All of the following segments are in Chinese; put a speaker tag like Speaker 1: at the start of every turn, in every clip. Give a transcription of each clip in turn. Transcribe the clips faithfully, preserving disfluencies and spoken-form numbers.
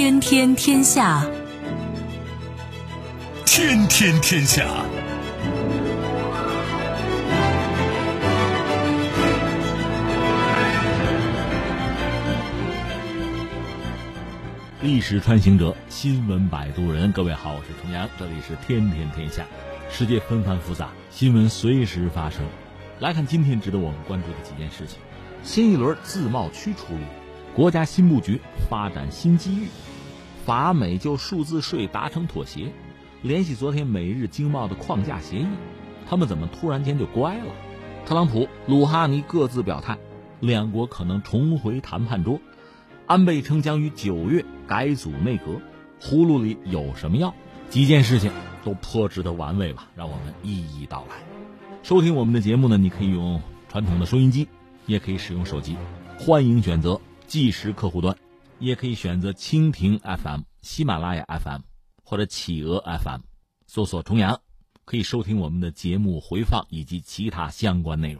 Speaker 1: 天天天下，
Speaker 2: 天天天下。
Speaker 3: 历史穿行者，新闻摆渡人。各位好，我是重阳，这里是天天天下。世界纷繁复杂，新闻随时发生。来看今天值得我们关注的几件事情。新一轮自贸区出炉，国家新布局，发展新机遇。法美就数字税达成妥协，联系昨天美日经贸的框架协议，他们怎么突然间就乖了？特朗普、鲁哈尼各自表态，两国可能重回谈判桌。安倍称将于九月改组内阁，葫芦里有什么药？几件事情都颇值得玩味吧，让我们一一道来。收听我们的节目呢，你可以用传统的收音机，也可以使用手机，欢迎选择即时客户端，也可以选择蜻蜓 F M、喜马拉雅 F M 或者企鹅 F M， 搜索重阳，可以收听我们的节目回放以及其他相关内容。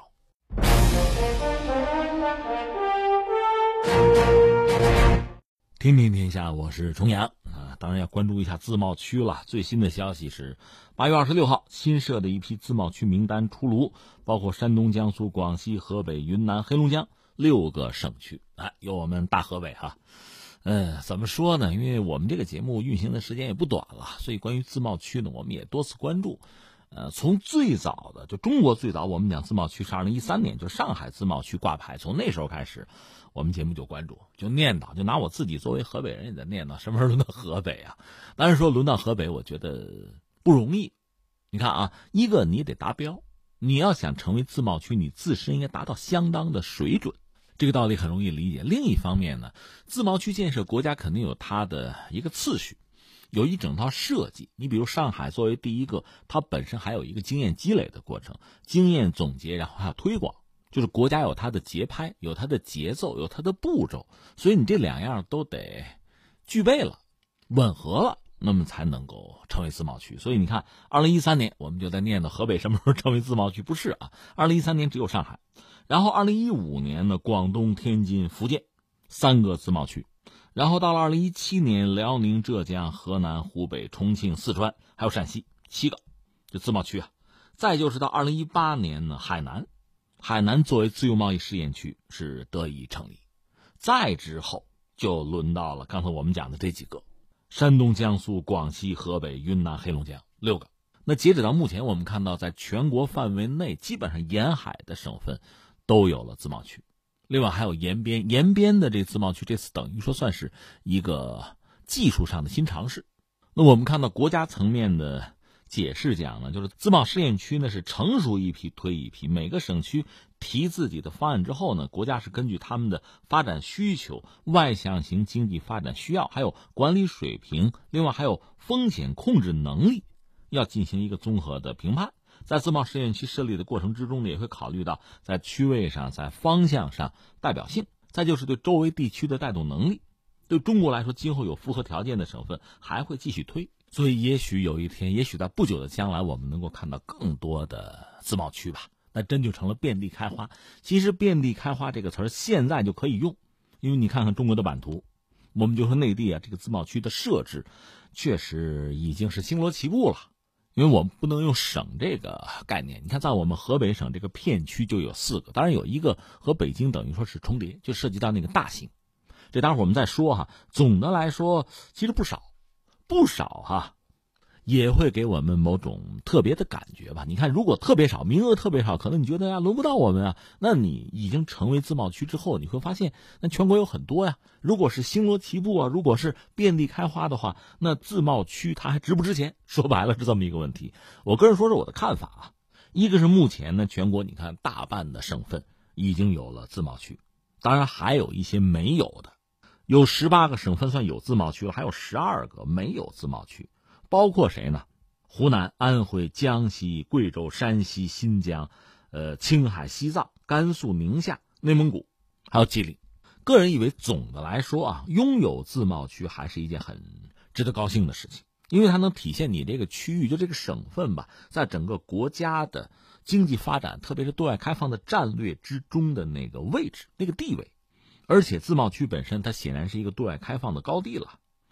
Speaker 3: 天天天下，我是重阳啊，当然要关注一下自贸区了。最新的消息是，八月二十六号，新设的一批自贸区名单出炉，包括山东、江苏、广西、河北、云南、黑龙江六个省区，哎，有我们大河北哈。嗯，怎么说呢？因为我们这个节目运行的时间也不短了，所以关于自贸区呢，我们也多次关注。呃，从最早的就中国最早我们讲自贸区是二零一三年，就上海自贸区挂牌，从那时候开始，我们节目就关注，就念叨，就拿我自己作为河北人也在念叨，什么时候轮到河北啊？但是说轮到河北，我觉得不容易。你看啊，一个你得达标，你要想成为自贸区，你自身应该达到相当的水准，这个道理很容易理解。另一方面呢，自贸区建设国家肯定有它的一个次序。有一整套设计，你比如上海作为第一个，它本身还有一个经验积累的过程，经验总结，然后还有推广，就是国家有它的节拍，有它的节奏，有它的步骤，所以你这两样都得具备了，吻合了，那么才能够成为自贸区。所以你看二零一三年我们就在念叨河北什么时候成为自贸区，不是啊，二零一三年只有上海，然后二零一五年呢，广东、天津、福建三个自贸区，然后到了二零一七年，辽宁、浙江、河南、湖北、重庆、四川还有陕西七个这自贸区啊。再就是到二零一八年呢，海南海南作为自由贸易试验区是得以成立。再之后就轮到了刚才我们讲的这几个，山东、江苏、广西、河北、云南、黑龙江六个。那截止到目前，我们看到在全国范围内基本上沿海的省份都有了自贸区。另外还有沿边，沿边的这自贸区这次等于说算是一个技术上的新尝试。那我们看到国家层面的解释讲呢，就是自贸试验区呢是成熟一批推一批，每个省区提自己的方案之后呢，国家是根据他们的发展需求、外向型经济发展需要，还有管理水平，另外还有风险控制能力，要进行一个综合的评判。在自贸试验区设立的过程之中呢，也会考虑到在区位上、在方向上代表性，再就是对周围地区的带动能力。对中国来说，今后有符合条件的省份还会继续推，所以也许有一天，也许在不久的将来，我们能够看到更多的自贸区吧，那真就成了遍地开花。其实遍地开花这个词儿现在就可以用，因为你看看中国的版图，我们就说内地啊，这个自贸区的设置确实已经是星罗棋布了。因为我们不能用省这个概念，你看在我们河北省这个片区就有四个，当然有一个和北京等于说是重叠，就涉及到那个大型，这待会儿我们再说哈。总的来说其实不少不少哈，也会给我们某种特别的感觉吧。你看如果特别少，名额特别少，可能你觉得呀轮不到我们啊，那你已经成为自贸区之后，你会发现那全国有很多呀。如果是星罗棋布啊，如果是遍地开花的话，那自贸区它还值不值钱？说白了是这么一个问题。我个人说说我的看法啊，一个是目前呢，全国你看大半的省份已经有了自贸区，当然还有一些没有的，有十八个省份算有自贸区了，还有十二个没有自贸区。包括谁呢？湖南、安徽、江西、贵州、山西、新疆、呃、青海、西藏、甘肃、宁夏、内蒙古，还有吉林。个人以为总的来说啊，拥有自贸区还是一件很值得高兴的事情，因为它能体现你这个区域，就这个省份吧，在整个国家的经济发展，特别是对外开放的战略之中的那个位置、那个地位。而且自贸区本身它显然是一个对外开放的高地了。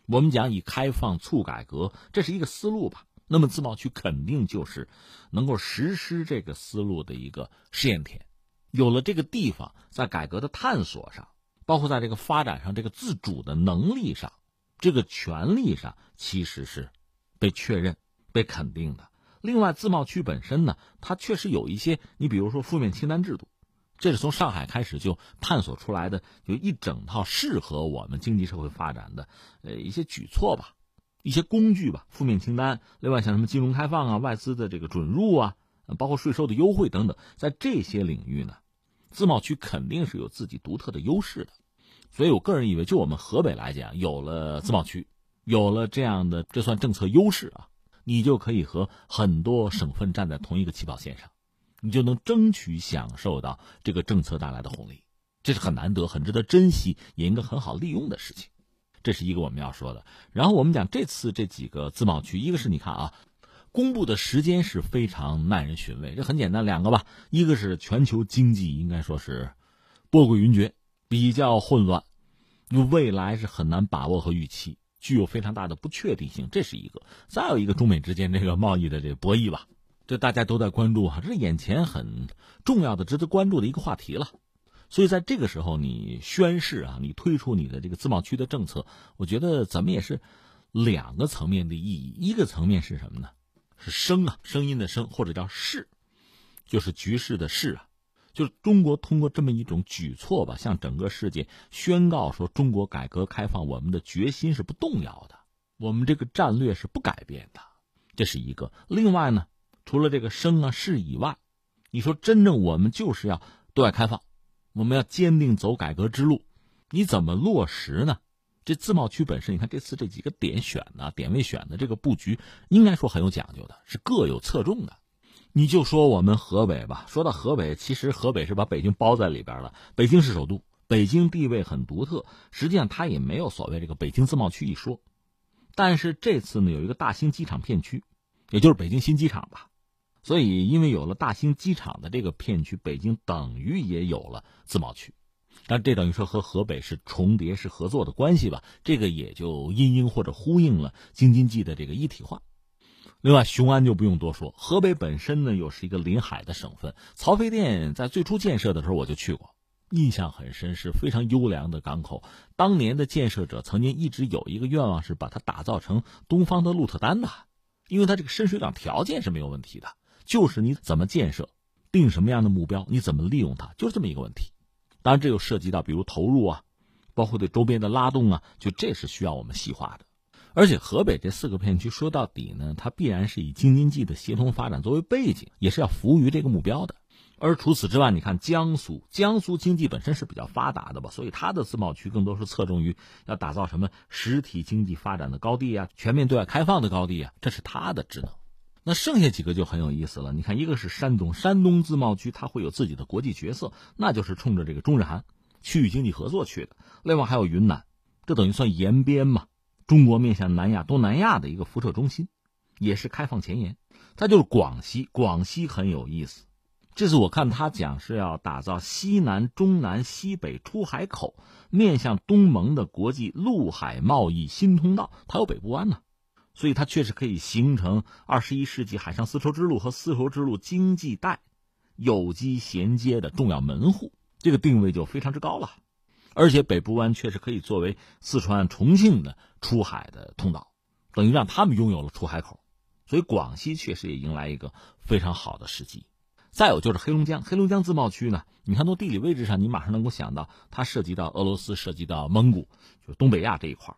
Speaker 3: 我们讲以开放促改革，这是一个思路吧。那么自贸区肯定就是能够实施这个思路的一个试验田。有了这个地方，在改革的探索上，包括在这个发展上，这个自主的能力上，这个权利上，其实是被确认、被肯定的。另外，自贸区本身呢，它确实有一些，你比如说负面清单制度，这是从上海开始就探索出来的，就一整套适合我们经济社会发展的呃一些举措吧，一些工具吧，负面清单。另外像什么金融开放啊、外资的这个准入啊，包括税收的优惠等等，在这些领域呢，自贸区肯定是有自己独特的优势的。所以我个人以为，就我们河北来讲，有了自贸区，有了这样的这算政策优势啊，你就可以和很多省份站在同一个起跑线上，你就能争取享受到这个政策带来的红利，这是很难得、很值得珍惜，也应该很好利用的事情。这是一个我们要说的。然后我们讲这次这几个自贸区，一个是你看啊，公布的时间是非常耐人寻味，这很简单，两个吧，一个是全球经济应该说是波诡云谲，比较混乱，未来是很难把握和预期，具有非常大的不确定性，这是一个。再有一个中美之间这个贸易的这个博弈吧，这大家都在关注哈，这是眼前很重要的、值得关注的一个话题了。所以在这个时候，你宣示啊，你推出你的这个自贸区的政策，我觉得咱们也是两个层面的意义。一个层面是什么呢？是声啊，声音的声，或者叫势，就是局势的势啊。就是中国通过这么一种举措吧，向整个世界宣告说，中国改革开放我们的决心是不动摇的，我们这个战略是不改变的，这是一个。另外呢，除了这个声啊势以外，你说真正我们就是要对外开放，我们要坚定走改革之路，你怎么落实呢？这自贸区本身，你看这次这几个点选的点位选的这个布局，应该说很有讲究的，是各有侧重的。你就说我们河北吧，说到河北，其实河北是把北京包在里边了，北京是首都，北京地位很独特，实际上它也没有所谓这个北京自贸区一说。但是这次呢，有一个大兴机场片区，也就是北京新机场吧，所以因为有了大兴机场的这个片区，北京等于也有了自贸区，但这等于说和河北是重叠、是合作的关系吧，这个也就因应或者呼应了京津冀的这个一体化。另外雄安就不用多说，河北本身呢又是一个临海的省份，曹妃甸在最初建设的时候我就去过，印象很深，是非常优良的港口。当年的建设者曾经一直有一个愿望，是把它打造成东方的鹿特丹的，因为它这个深水港条件是没有问题的，就是你怎么建设，定什么样的目标，你怎么利用它，就是这么一个问题。当然这又涉及到比如投入啊，包括对周边的拉动啊，就这是需要我们细化的。而且河北这四个片区说到底呢，它必然是以京津冀的协同发展作为背景，也是要服务于这个目标的。而除此之外，你看江苏，江苏经济本身是比较发达的吧，所以它的自贸区更多是侧重于要打造什么实体经济发展的高地啊，全面对外开放的高地啊，这是它的职能。那剩下几个就很有意思了，你看一个是山东，山东自贸区它会有自己的国际角色，那就是冲着这个中日韩区域经济合作去的。另外还有云南，这等于算沿边嘛，中国面向南亚、东南亚的一个辐射中心，也是开放前沿。它就是广西，广西很有意思。这次我看他讲是要打造西南、中南、西北出海口，面向东盟的国际陆海贸易新通道，它有北部湾呢，所以它确实可以形成二十一世纪海上丝绸之路和丝绸之路经济带有机衔接的重要门户，这个定位就非常之高了。而且北部湾确实可以作为四川、重庆的出海的通道，等于让他们拥有了出海口，所以广西确实也迎来一个非常好的时机。再有就是黑龙江，黑龙江自贸区呢，你看从地理位置上，你马上能够想到，它涉及到俄罗斯，涉及到蒙古，就是东北亚这一块。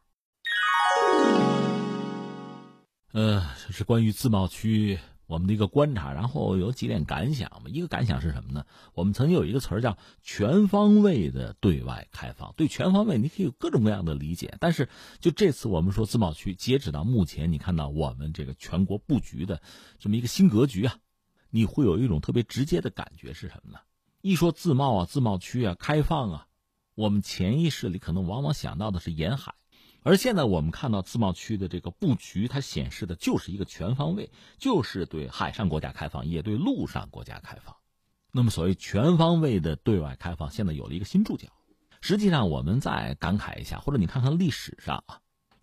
Speaker 3: 呃，这是关于自贸区我们的一个观察，然后有几点感想嘛。一个感想是什么呢？我们曾经有一个词儿叫全方位的对外开放。对全方位你可以有各种各样的理解，但是就这次我们说自贸区，截止到目前，你看到我们这个全国布局的这么一个新格局啊，你会有一种特别直接的感觉是什么呢？一说自贸啊、自贸区啊、开放啊，我们潜意识里可能往往想到的是沿海。而现在我们看到自贸区的这个布局，它显示的就是一个全方位，就是对海上国家开放，也对陆上国家开放。那么所谓全方位的对外开放，现在有了一个新注脚。实际上我们再感慨一下，或者你看看历史上啊，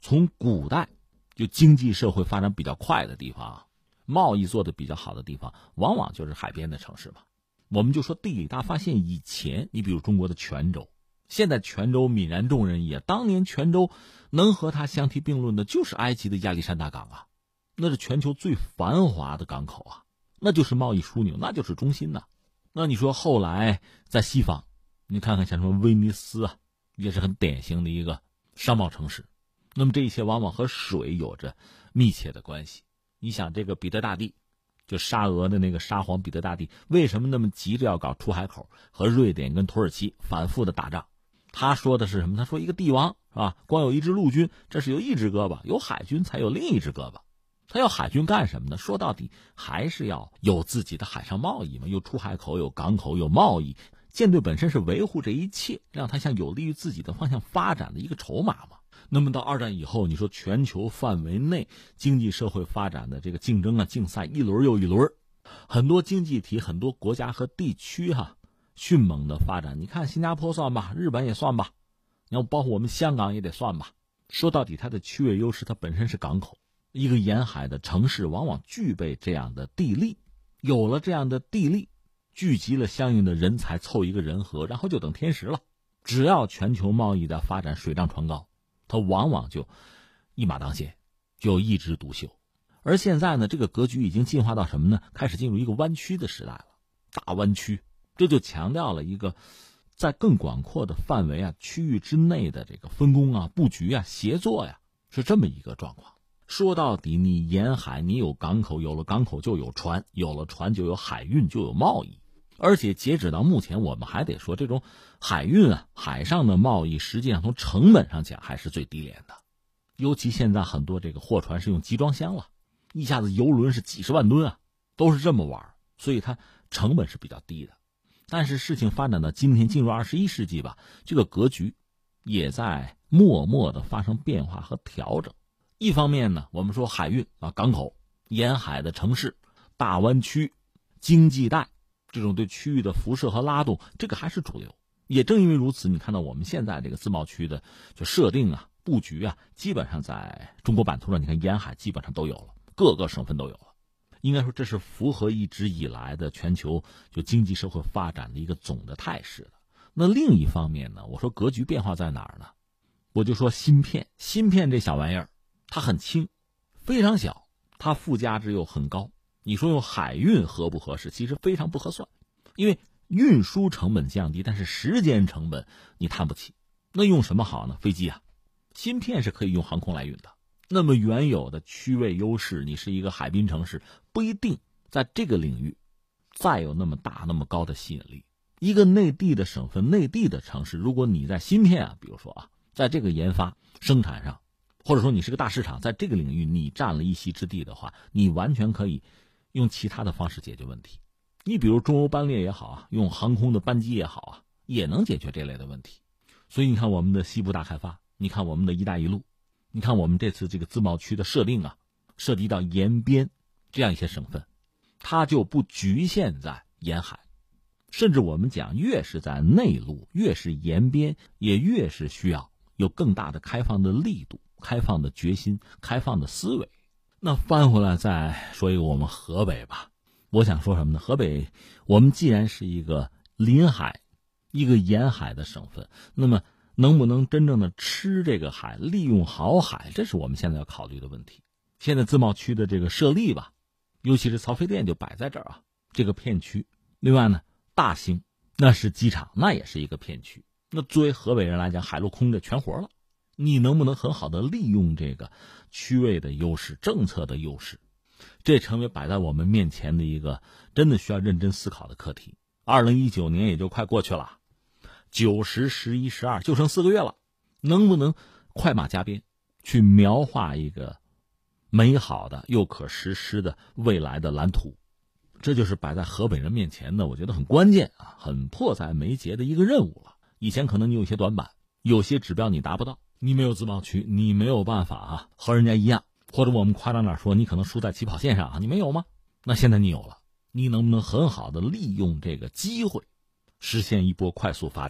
Speaker 3: 从古代就经济社会发展比较快的地方，贸易做的比较好的地方，往往就是海边的城市嘛。我们就说地理大发现以前，你比如中国的泉州，现在泉州泯然众人矣，当年泉州能和它相提并论的就是埃及的亚历山大港啊，那是全球最繁华的港口啊，那就是贸易枢纽，那就是中心呐、啊。那你说后来在西方，你看看像什么威尼斯啊，也是很典型的一个商贸城市。那么这一切往往和水有着密切的关系。你想这个彼得大帝，就沙俄的那个沙皇彼得大帝，为什么那么急着要搞出海口，和瑞典跟土耳其反复的打仗？他说的是什么？他说一个帝王是吧，光有一支陆军，这是有一只胳膊，有海军才有另一只胳膊。他要海军干什么呢？说到底还是要有自己的海上贸易嘛，有出海口，有港口，有贸易。舰队本身是维护这一切，让它向有利于自己的方向发展的一个筹码嘛。那么到二战以后，你说全球范围内经济社会发展的这个竞争啊、竞赛一轮又一轮，很多经济体、很多国家和地区哈、啊、迅猛的发展。你看新加坡算吧，日本也算吧，然后包括我们香港也得算吧。说到底，它的区位优势，它本身是港口。一个沿海的城市往往具备这样的地利，有了这样的地利，聚集了相应的人才，凑一个人和，然后就等天时了。只要全球贸易的发展水涨船高，它往往就一马当先，就一枝独秀。而现在呢，这个格局已经进化到什么呢？开始进入一个湾区的时代了，大湾区，这就强调了一个在更广阔的范围啊、区域之内的这个分工啊、布局啊、协作呀，是这么一个状况。说到底，你沿海，你有港口，有了港口就有船，有了船就有海运，就有贸易。而且截止到目前，我们还得说，这种海运啊、海上的贸易，实际上从成本上讲还是最低廉的。尤其现在很多这个货船是用集装箱了，一下子油轮是几十万吨啊，都是这么玩，所以它成本是比较低的。但是事情发展到今天，进入二十一世纪吧，这个格局也在默默的发生变化和调整。一方面呢，我们说海运啊、港口、沿海的城市、大湾区、经济带，这种对区域的辐射和拉动，这个还是主流。也正因为如此，你看到我们现在这个自贸区的就设定啊、布局啊，基本上在中国版图上，你看沿海基本上都有了，各个省份都有了。应该说这是符合一直以来的全球就经济社会发展的一个总的态势的。那另一方面呢，我说格局变化在哪儿呢？我就说芯片，芯片这小玩意儿，它很轻，非常小，它附加值又很高。你说用海运合不合适？其实非常不合算，因为运输成本降低，但是时间成本你摊不起。那用什么好呢？飞机啊，芯片是可以用航空来运的。那么原有的区位优势，你是一个海滨城市，不一定在这个领域再有那么大那么高的吸引力。一个内地的省份、内地的城市，如果你在芯片啊，比如说啊，在这个研发生产上，或者说你是个大市场，在这个领域你占了一席之地的话，你完全可以用其他的方式解决问题。你比如中欧班列也好啊，用航空的班机也好啊，也能解决这类的问题。所以你看我们的西部大开发，你看我们的一带一路，你看我们这次这个自贸区的设定啊，涉及到沿边这样一些省份，它就不局限在沿海，甚至我们讲越是在内陆，越是沿边，也越是需要有更大的开放的力度、开放的决心、开放的思维。那翻回来再说一个我们河北吧，我想说什么呢？河北我们既然是一个临海、一个沿海的省份，那么能不能真正的吃这个海，利用好海，这是我们现在要考虑的问题。现在自贸区的这个设立吧，尤其是曹妃甸就摆在这儿啊，这个片区。另外呢，大兴那是机场，那也是一个片区。那作为河北人来讲，海陆空这全活了，你能不能很好的利用这个区位的优势、政策的优势，这成为摆在我们面前的一个真的需要认真思考的课题。二零一九年也就快过去了，九十、十一、十二就剩四个月了，能不能快马加鞭去描画一个美好的又可实施的未来的蓝图？这就是摆在河北人面前的，我觉得很关键啊，很迫在眉睫的一个任务了。以前可能你有些短板，有些指标你达不到，你没有自贸区，你没有办法啊和人家一样，或者我们夸张点说，你可能输在起跑线上啊，你没有吗？那现在你有了，你能不能很好的利用这个机会，实现一波快速发展？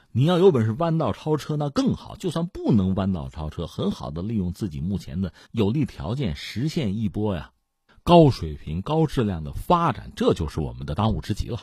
Speaker 3: 你要有本事弯道超车那更好，就算不能弯道超车，很好的利用自己目前的有利条件，实现一波呀高水平高质量的发展，这就是我们的当务之急了。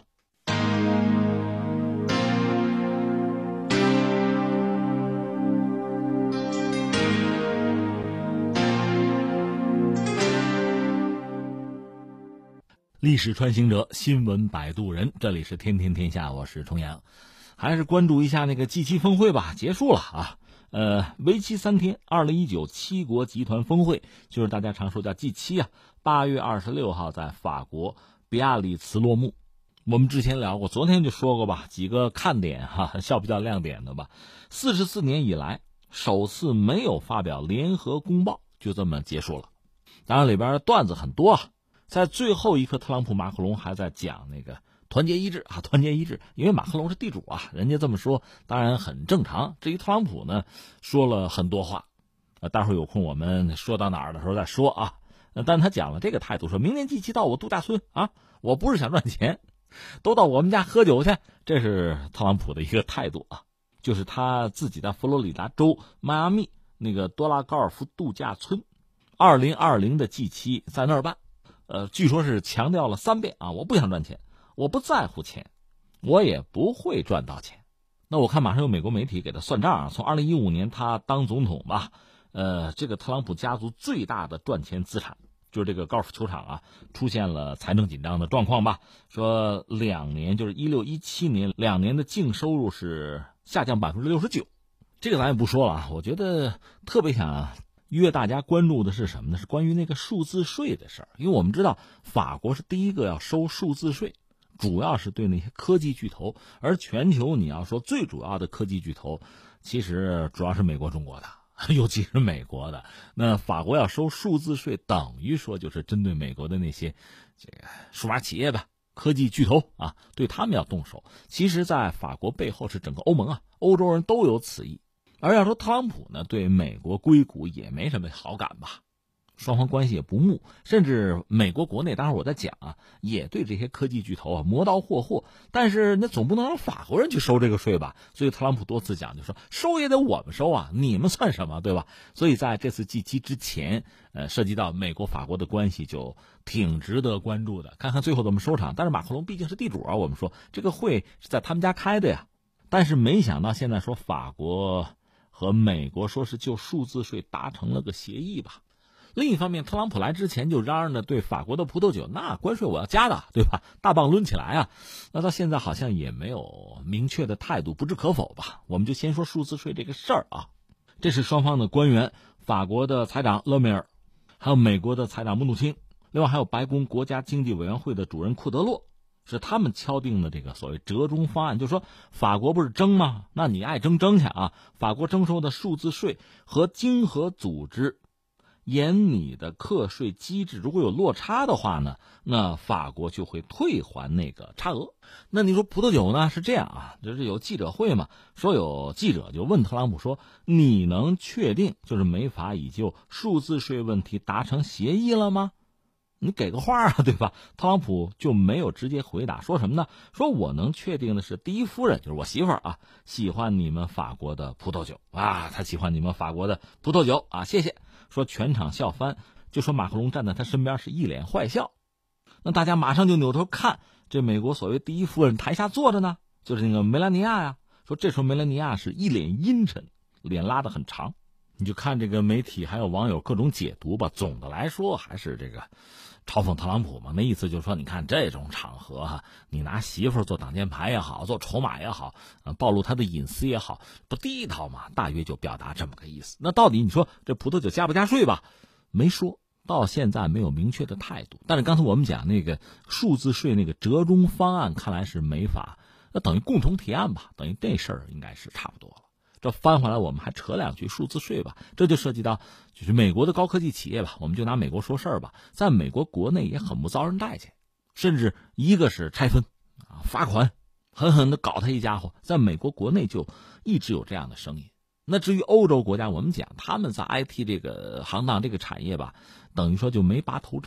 Speaker 3: 历史穿行者，新闻摆渡人，这里是天天天下，我是重阳。还是关注一下那个 G 七峰会吧，结束了啊。呃，为期三天，二零一九七国集团峰会，就是大家常说叫 G 七啊，八月二十六号在法国比亚里茨落幕。我们之前聊过，昨天就说过吧，几个看点哈，笑比较亮点的吧。四十四年以来，首次没有发表联合公报，就这么结束了。当然里边段子很多啊。在最后一刻，特朗普、马克龙还在讲那个团结一致啊，团结一致。因为马克龙是地主啊，人家这么说当然很正常。至于特朗普呢，说了很多话，呃，待会儿有空我们说到哪儿的时候再说啊。但他讲了这个态度，说明年 G 七到我度假村啊，我不是想赚钱，都到我们家喝酒去，这是特朗普的一个态度啊。就是他自己在佛罗里达州迈阿密那个多拉高尔夫度假村，二零二零的 G 七在那儿办。呃，据说是强调了三遍啊，我不想赚钱，我不在乎钱，我也不会赚到钱。那我看马上有美国媒体给他算账啊，从二零一五年他当总统吧，呃，这个特朗普家族最大的赚钱资产就是这个高尔夫球场啊，出现了财政紧张的状况吧。说两年就是一六一七年两年的净收入是下降百分之六十九，这个咱也不说了啊。我觉得特别想约大家关注的是什么呢？是关于那个数字税的事儿。因为我们知道法国是第一个要收数字税，主要是对那些科技巨头，而全球你要说最主要的科技巨头，其实主要是美国、中国的，尤其是美国的。那法国要收数字税，等于说就是针对美国的那些这个数码企业吧，科技巨头啊，对他们要动手。其实在法国背后是整个欧盟啊，欧洲人都有此意。而要说特朗普呢，对美国硅谷也没什么好感吧，双方关系也不睦，甚至美国国内，当然我在讲啊，也对这些科技巨头啊磨刀霍霍，但是那总不能让法国人去收这个税吧？所以特朗普多次讲，就说收也得我们收啊，你们算什么，对吧？所以在这次 G 七之前，呃，涉及到美国法国的关系就挺值得关注的，看看最后怎么收场。但是马克龙毕竟是地主啊，我们说这个会是在他们家开的呀，但是没想到现在说法国和美国说是就数字税达成了个协议吧。另一方面，特朗普来之前就嚷嚷着对法国的葡萄酒那关税我要加的，对吧？大棒抡起来啊！那到现在好像也没有明确的态度，不置可否吧。我们就先说数字税这个事儿啊。这是双方的官员，法国的财长勒梅尔，还有美国的财长穆努钦，另外还有白宫国家经济委员会的主任库德洛，是他们敲定的这个所谓折中方案。就是说法国不是征吗？那你爱征征去啊！法国征收的数字税和经合组织严拟的课税机制如果有落差的话呢，那法国就会退还那个差额。那你说葡萄酒呢？是这样啊，就是有记者会嘛，说有记者就问特朗普说，你能确定就是美法已就数字税问题达成协议了吗？你给个话啊，对吧？特朗普就没有直接回答，说什么呢？说我能确定的是，第一夫人就是我媳妇儿啊，喜欢你们法国的葡萄酒啊，她喜欢你们法国的葡萄酒啊，谢谢。说全场笑翻，就说马克龙站在他身边是一脸坏笑。那大家马上就扭头看这美国所谓第一夫人台下坐着呢，就是那个梅兰妮亚呀。说这时候梅兰妮亚是一脸阴沉，脸拉得很长。你就看这个媒体还有网友各种解读吧，总的来说还是这个嘲讽特朗普嘛，那意思就是说，你看这种场合哈、啊，你拿媳妇儿做挡箭牌也好，做筹码也好，呃，暴露他的隐私也好，不地道嘛，大约就表达这么个意思。那到底你说这葡萄酒加不加税吧？没说，到现在没有明确的态度。但是刚才我们讲那个数字税那个折中方案，看来是没法，那等于共同提案吧，等于这事儿应该是差不多了。这翻回来我们还扯两句数字税吧，这就涉及到就是美国的高科技企业吧，我们就拿美国说事儿吧，在美国国内也很不遭人待见，甚至一个是拆分啊、罚款，狠狠的搞他一家伙，在美国国内就一直有这样的声音。那至于欧洲国家，我们讲他们在 I T 这个行当这个产业吧，等于说就没拔头筹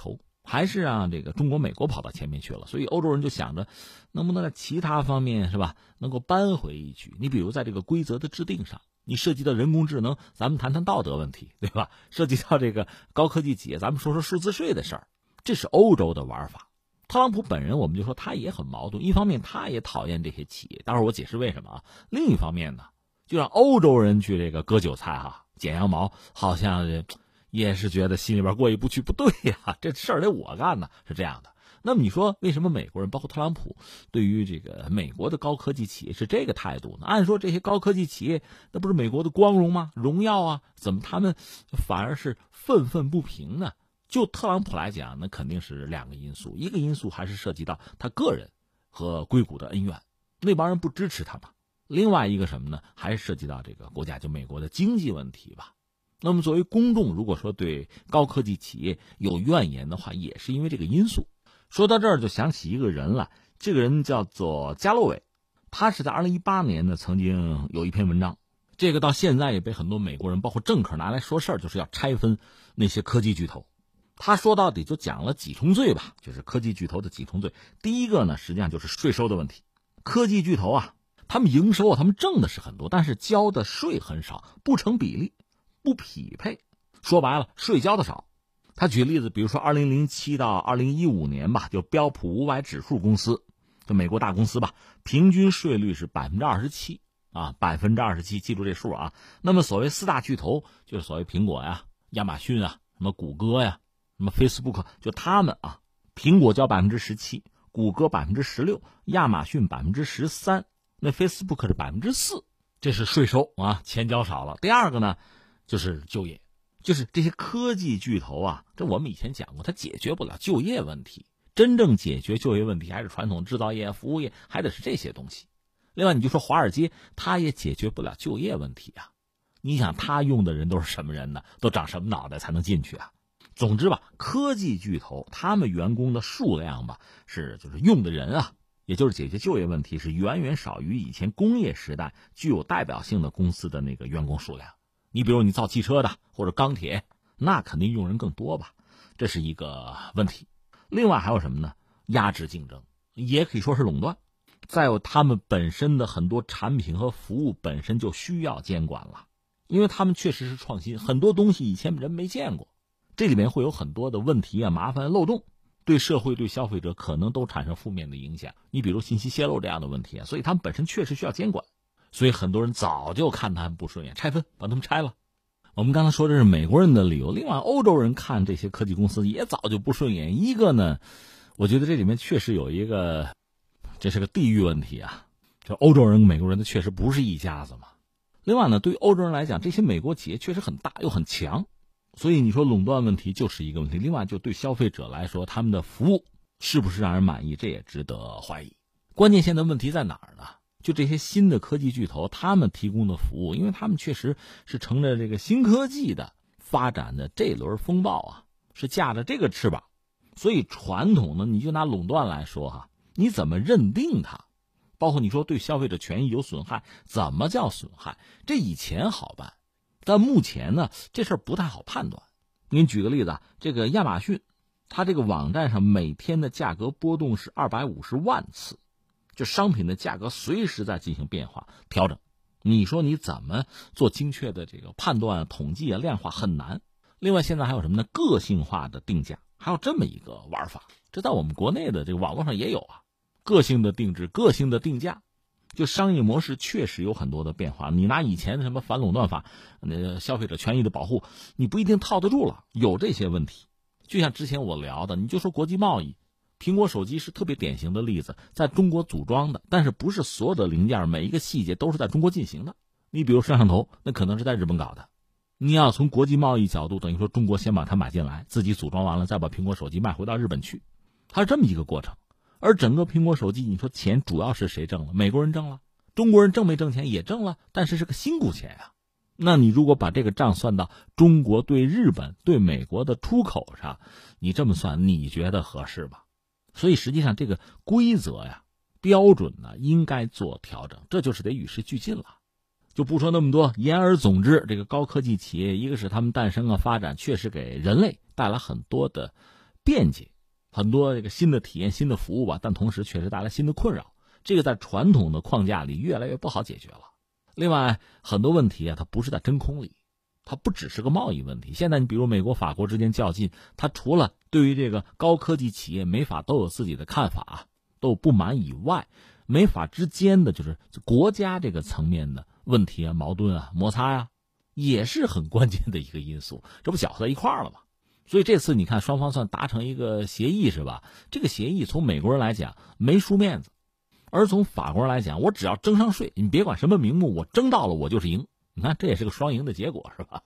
Speaker 3: 还是让这个中国、美国跑到前面去了。所以欧洲人就想着，能不能在其他方面是吧，能够扳回一局？你比如在这个规则的制定上，你涉及到人工智能，咱们谈谈道德问题，对吧？涉及到这个高科技企业，咱们说说数字税的事儿，这是欧洲的玩法。特朗普本人，我们就说他也很矛盾，一方面他也讨厌这些企业，待会儿我解释为什么啊。另一方面呢，就让欧洲人去这个割韭菜哈、剪羊毛，好像也是觉得心里边过意不去，不对呀，这事儿得我干呢，是这样的。那么你说为什么美国人包括特朗普对于这个美国的高科技企业是这个态度呢？按说这些高科技企业那不是美国的光荣吗？荣耀啊，怎么他们反而是愤愤不平呢？就特朗普来讲，那肯定是两个因素，一个因素还是涉及到他个人和硅谷的恩怨，那帮人不支持他嘛。另外一个什么呢？还是涉及到这个国家就美国的经济问题吧。那么作为公众，如果说对高科技企业有怨言的话，也是因为这个因素。说到这儿就想起一个人了，这个人叫做加洛韦，他是在二零一八年呢曾经有一篇文章，这个到现在也被很多美国人包括政客拿来说事儿，就是要拆分那些科技巨头。他说到底就讲了几重罪吧，就是科技巨头的几重罪。第一个呢，实际上就是税收的问题。科技巨头啊，他们营收啊，他们挣的是很多，但是交的税很少，不成比例，不匹配。说白了，税交的少。他举例子，比如说二零零七到二零一五年吧，就标普五百指数公司，就美国大公司吧，平均税率是百分之二十七啊，百分之二十七，记住这数啊。那么所谓四大巨头，就是所谓苹果呀、亚马逊啊、什么谷歌呀、什么 Facebook， 就他们啊，苹果交百分之十七，谷歌百分之十六，亚马逊百分之十三，那 Facebook 是百分之四，这是税收啊，钱交少了。第二个呢，就是就业。就是这些科技巨头啊，这我们以前讲过，它解决不了就业问题。真正解决就业问题，还是传统制造业、服务业，还得是这些东西。另外，你就说华尔街，它也解决不了就业问题啊。你想，他用的人都是什么人呢？都长什么脑袋才能进去啊？总之吧，科技巨头他们员工的数量吧，是就是用的人啊，也就是解决就业问题，是远远少于以前工业时代具有代表性的公司的那个员工数量。你比如你造汽车的或者钢铁，那肯定用人更多吧，这是一个问题。另外还有什么呢？压制竞争，也可以说是垄断。再有他们本身的很多产品和服务本身就需要监管了，因为他们确实是创新，很多东西以前人没见过，这里面会有很多的问题啊、麻烦、漏洞，对社会对消费者可能都产生负面的影响。你比如信息泄露这样的问题啊，所以他们本身确实需要监管。所以很多人早就看他们不顺眼，拆分，把他们拆了。我们刚才说的是美国人的理由，另外欧洲人看这些科技公司也早就不顺眼。一个呢，我觉得这里面确实有一个，这是个地域问题啊，就欧洲人跟美国人的确实不是一家子嘛。另外呢，对于欧洲人来讲，这些美国企业确实很大又很强，所以你说垄断问题就是一个问题。另外就对消费者来说，他们的服务是不是让人满意，这也值得怀疑。关键现在问题在哪儿呢？就这些新的科技巨头，他们提供的服务，因为他们确实是乘着这个新科技的发展的这轮风暴啊，是驾着这个翅膀，所以传统呢，你就拿垄断来说哈，你怎么认定它？包括你说对消费者权益有损害，怎么叫损害？这以前好办，但目前呢，这事儿不太好判断。给你举个例子啊，这个亚马逊，它这个网站上每天的价格波动是二百五十万次。就商品的价格随时在进行变化调整，你说你怎么做精确的这个判断、统计啊、量化很难。另外现在还有什么呢？个性化的定价，还有这么一个玩法，这在我们国内的这个网络上也有啊。个性的定制、个性的定价，就商业模式确实有很多的变化。你拿以前的什么反垄断法、那消费者权益的保护，你不一定套得住了，有这些问题。就像之前我聊的，你就说国际贸易。苹果手机是特别典型的例子，在中国组装的，但是不是所有的零件每一个细节都是在中国进行的。你比如摄像头，那可能是在日本搞的。你要从国际贸易角度，等于说中国先把它买进来，自己组装完了，再把苹果手机卖回到日本去，它是这么一个过程。而整个苹果手机，你说钱主要是谁挣了？美国人挣了，中国人挣没挣钱也挣了，但是是个辛苦钱啊。那你如果把这个账算到中国对日本、对美国的出口上，你这么算，你觉得合适吧？所以实际上这个规则呀、标准呢，应该做调整，这就是得与时俱进了。就不说那么多，言而总之，这个高科技企业，一个是他们诞生啊发展，确实给人类带来很多的便捷， 很多这个新的体验、新的服务吧，但同时确实带来新的困扰。这个在传统的框架里越来越不好解决了。另外，很多问题啊，它不是在真空里，它不只是个贸易问题。现在你比如美国、法国之间较劲，它除了对于这个高科技企业美法都有自己的看法、都有不满以外，美法之间的就是国家这个层面的问题啊、矛盾啊、摩擦呀、啊，也是很关键的一个因素。这不搅和在一块儿了吗？所以这次你看双方算达成一个协议是吧？这个协议从美国人来讲没输面子，而从法国人来讲，我只要征上税，你别管什么名目，我征到了我就是赢。你看这也是个双赢的结果是吧？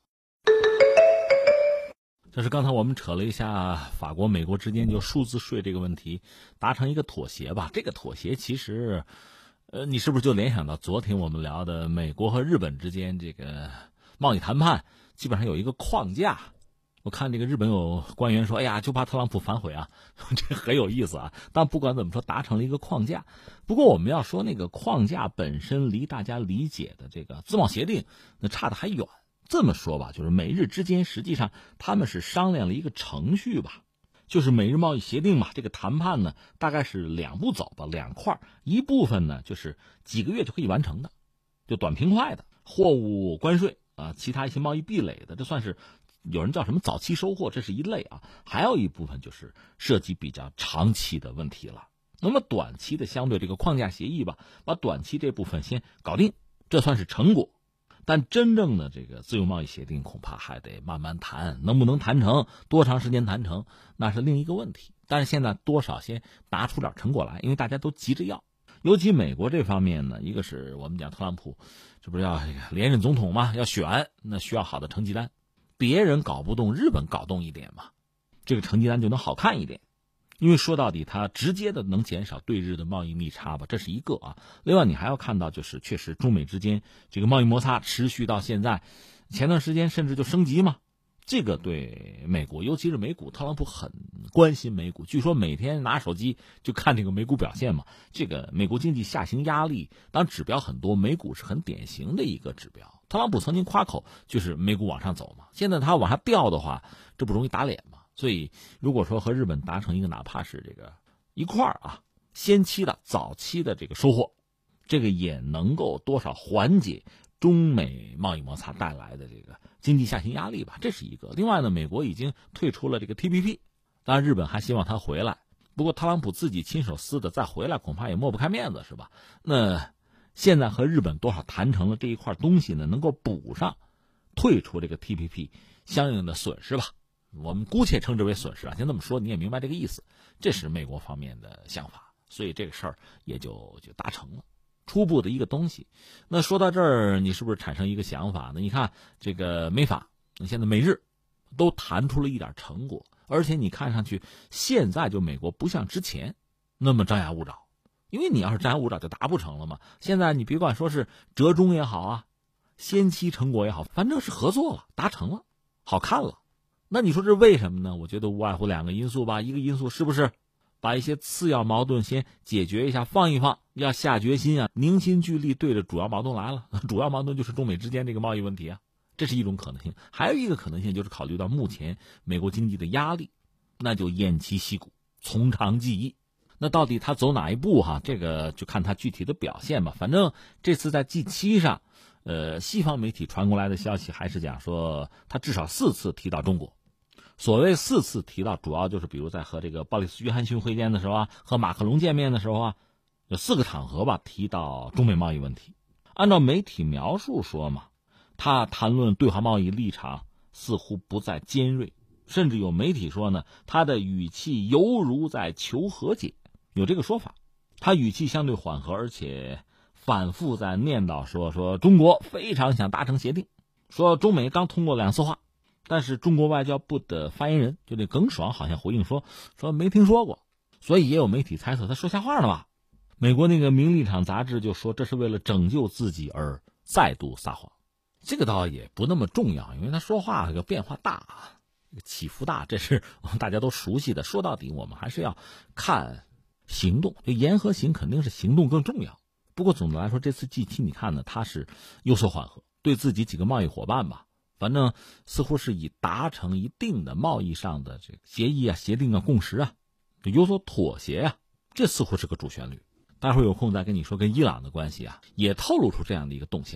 Speaker 3: 这是刚才我们扯了一下法国美国之间就数字税这个问题达成一个妥协吧。这个妥协其实呃，你是不是就联想到昨天我们聊的美国和日本之间这个贸易谈判基本上有一个框架。我看这个日本有官员说，哎呀，就怕特朗普反悔啊，这很有意思啊。但不管怎么说，达成了一个框架。不过我们要说那个框架本身离大家理解的这个自贸协定那差得还远。这么说吧，就是美日之间实际上他们是商量了一个程序吧，就是美日贸易协定嘛。这个谈判呢，大概是两步走吧，两块。一部分呢，就是几个月就可以完成的，就短平快的货物关税啊，其他一些贸易壁垒的，这算是有人叫什么早期收获，这是一类啊。还有一部分就是涉及比较长期的问题了。那么短期的相对这个框架协议吧，把短期这部分先搞定，这算是成果。但真正的这个自由贸易协定恐怕还得慢慢谈，能不能谈成，多长时间谈成，那是另一个问题。但是现在多少先拿出点成果来，因为大家都急着要。尤其美国这方面呢，一个是我们讲特朗普，这不是要连任总统嘛，要选，那需要好的成绩单。别人搞不动，日本搞动一点嘛，这个成绩单就能好看一点。因为说到底，它直接的能减少对日的贸易逆差吧，这是一个啊。另外，你还要看到，就是确实中美之间这个贸易摩擦持续到现在，前段时间甚至就升级嘛。这个对美国，尤其是美股，特朗普很关心美股，据说每天拿手机就看这个美股表现嘛。这个美国经济下行压力，当然指标很多，美股是很典型的一个指标。特朗普曾经夸口就是美股往上走嘛，现在它往下掉的话，这不容易打脸嘛。所以如果说和日本达成一个哪怕是这个一块儿啊，先期的早期的这个收获，这个也能够多少缓解中美贸易摩擦带来的这个经济下行压力吧，这是一个。另外呢，美国已经退出了这个 T P P， 当然日本还希望他回来，不过特朗普自己亲手撕的，再回来恐怕也抹不开面子是吧？那现在和日本多少谈成了这一块东西呢，能够补上退出这个 T P P 相应的损失吧，我们姑且称之为损失啊，先这么说你也明白这个意思。这是美国方面的想法，所以这个事儿也就就达成了初步的一个东西。那说到这儿，你是不是产生一个想法呢？你看这个美法，现在美日都谈出了一点成果，而且你看上去现在就美国不像之前那么张牙舞爪，因为你要是张牙舞爪就达不成了嘛。现在你别管说是折中也好啊，先期成果也好，反正是合作了，达成了，好看了。那你说这是为什么呢？我觉得无外乎两个因素吧。一个因素是不是把一些次要矛盾先解决一下，放一放，要下决心啊，凝心聚力对着主要矛盾来了。主要矛盾就是中美之间这个贸易问题啊，这是一种可能性。还有一个可能性就是考虑到目前美国经济的压力，那就偃旗息鼓，从长计议。那到底他走哪一步哈？这个就看他具体的表现吧。反正这次在 G 七 上，呃，西方媒体传过来的消息还是讲说，他至少四次提到中国。所谓四次提到，主要就是比如在和这个鲍里斯·约翰逊会见的时候啊，和马克龙见面的时候啊，有四个场合吧提到中美贸易问题。按照媒体描述说嘛，他谈论对华贸易立场似乎不再尖锐，甚至有媒体说呢，他的语气犹如在求和解，有这个说法。他语气相对缓和，而且反复在念叨说说中国非常想达成协定，说中美刚通过两次话。但是中国外交部的发言人就这耿爽好像回应说说没听说过，所以也有媒体猜测他说瞎话了吧。美国那个《名利场》杂志就说这是为了拯救自己而再度撒谎，这个倒也不那么重要，因为他说话这个变化大啊，起伏大，这是大家都熟悉的。说到底我们还是要看行动，就言和行肯定是行动更重要。不过总的来说，这次 G 七 你看呢，它是有所缓和，对自己几个贸易伙伴吧，反正似乎是以达成一定的贸易上的这个协议啊、协定啊、共识啊， 有所妥协呀、啊，这似乎是个主旋律。待会儿有空再跟你说跟伊朗的关系啊，也透露出这样的一个动向。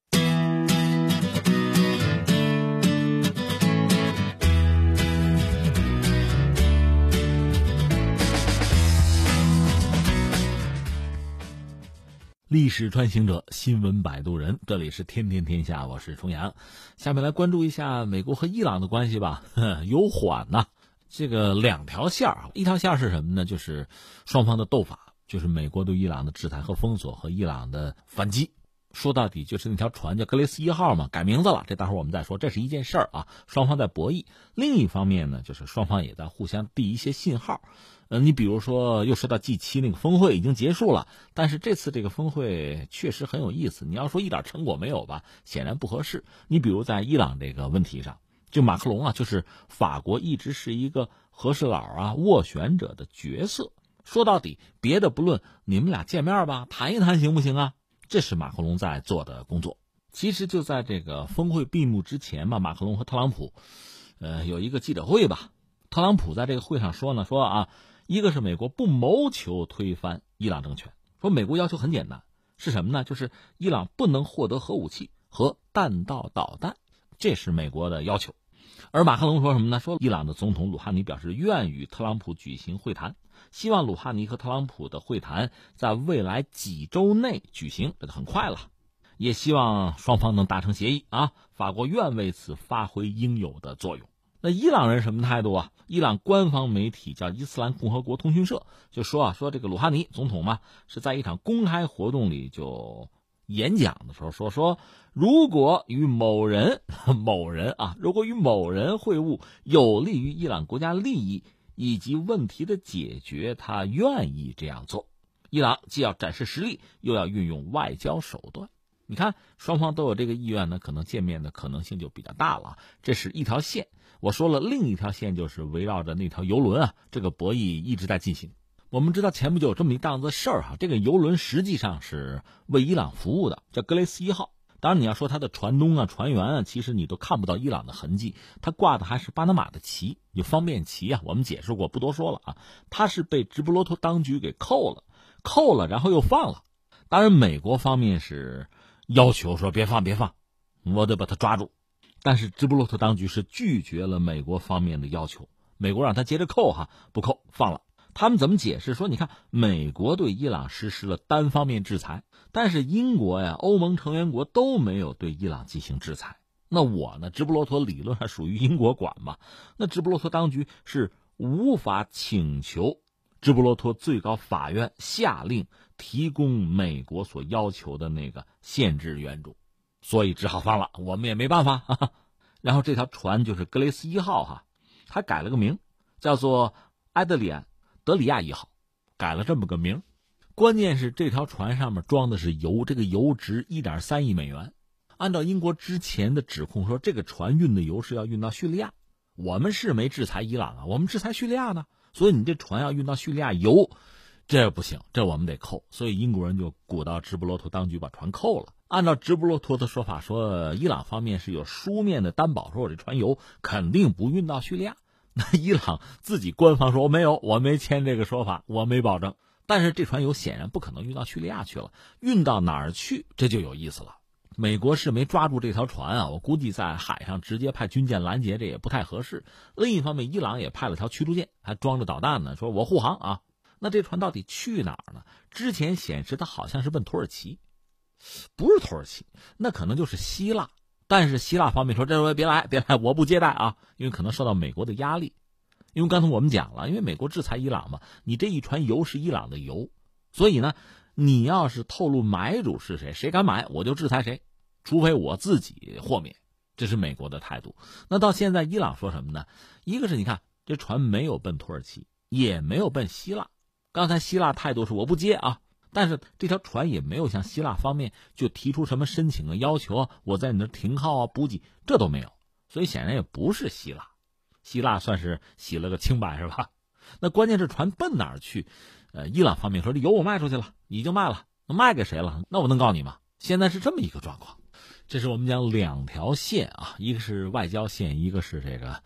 Speaker 3: 历史穿行者，新闻摆渡人，这里是天天天下，我是重阳。下面来关注一下美国和伊朗的关系吧。有缓呐、啊，这个两条线儿，一条线是什么呢？就是双方的斗法，就是美国对伊朗的制裁和封锁和伊朗的反击。说到底就是那条船叫格雷斯一号嘛，改名字了，这待会儿我们再说，这是一件事儿啊，双方在博弈。另一方面呢，就是双方也在互相递一些信号。呃，你比如说又说到 G 七 那个峰会已经结束了，但是这次这个峰会确实很有意思，你要说一点成果没有吧，显然不合适。你比如在伊朗这个问题上，就马克龙啊，就是法国一直是一个和事佬啊、斡旋者的角色。说到底，别的不论，你们俩见面吧，谈一谈行不行啊？这是马克龙在做的工作。其实就在这个峰会闭幕之前嘛，马克龙和特朗普，呃，有一个记者会吧。特朗普在这个会上说呢，说啊，一个是美国不谋求推翻伊朗政权，说美国要求很简单，是什么呢？就是伊朗不能获得核武器和弹道导弹，这是美国的要求。而马克龙说什么呢？说伊朗的总统鲁哈尼表示愿与特朗普举行会谈，希望鲁哈尼和特朗普的会谈在未来几周内举行，这就很快了。也希望双方能达成协议啊，法国愿为此发挥应有的作用。那伊朗人什么态度啊？伊朗官方媒体叫伊斯兰共和国通讯社就说啊，说这个鲁哈尼总统嘛，是在一场公开活动里就演讲的时候说说，如果与某人某人啊，如果与某人会晤有利于伊朗国家利益以及问题的解决，他愿意这样做。伊朗既要展示实力，又要运用外交手段。你看双方都有这个意愿呢，可能见面的可能性就比较大了。这是一条线。我说了，另一条线就是围绕着那条游轮啊，这个博弈一直在进行。我们知道前不久有这么一档子事儿哈，这个游轮实际上是为伊朗服务的，叫格雷斯一号。当然你要说它的船东啊、船员啊，其实你都看不到伊朗的痕迹，它挂的还是巴拿马的旗，有方便旗啊，我们解释过，不多说了啊。它是被直布罗陀当局给扣了，扣了然后又放了。当然美国方面是要求说别放别放，我得把它抓住。但是直布罗陀当局是拒绝了美国方面的要求，美国让他接着扣哈，不扣放了。他们怎么解释说，你看美国对伊朗实施了单方面制裁，但是英国呀、欧盟成员国都没有对伊朗进行制裁。那我呢，直布罗陀理论上属于英国管嘛，那直布罗陀当局是无法请求直布罗陀最高法院下令提供美国所要求的那个限制援助，所以只好放了，我们也没办法。哈哈。然后这条船就是格雷斯一号哈，还改了个名，叫做埃德里安德里亚一号，改了这么个名。关键是这条船上面装的是油，这个油值 一点三亿美元。按照英国之前的指控说，这个船运的油是要运到叙利亚，我们是没制裁伊朗啊，我们制裁叙利亚呢，所以你这船要运到叙利亚油，这不行，这我们得扣。所以英国人就鼓捣直布罗陀当局把船扣了。按照直布罗陀的说法说，伊朗方面是有书面的担保，说我这船油肯定不运到叙利亚。那伊朗自己官方说没有，我没签这个说法，我没保证。但是这船油显然不可能运到叙利亚去了，运到哪儿去这就有意思了。美国是没抓住这条船啊，我估计在海上直接派军舰拦截这也不太合适。另一方面，伊朗也派了条驱逐舰，还装着导弹呢，说我护航啊。那这船到底去哪儿呢？之前显示它好像是奔土耳其，不是土耳其，那可能就是希腊。但是希腊方面说，这回别来别来，我不接待啊，因为可能受到美国的压力。因为刚才我们讲了，因为美国制裁伊朗嘛，你这一船油是伊朗的油，所以呢，你要是透露买主是谁，谁敢买我就制裁谁，除非我自己豁免，这是美国的态度。那到现在伊朗说什么呢？一个是你看这船没有奔土耳其，也没有奔希腊，刚才希腊态度是我不接啊，但是这条船也没有向希腊方面就提出什么申请啊、要求啊，我在你那停靠啊、补给，这都没有，所以显然也不是希腊。希腊算是洗了个清白是吧？那关键是船奔哪儿去？呃，伊朗方面说这油我卖出去了，已经卖了，那卖给谁了？那我能告你吗？现在是这么一个状况。这是我们讲两条线啊，一个是外交线，一个是这个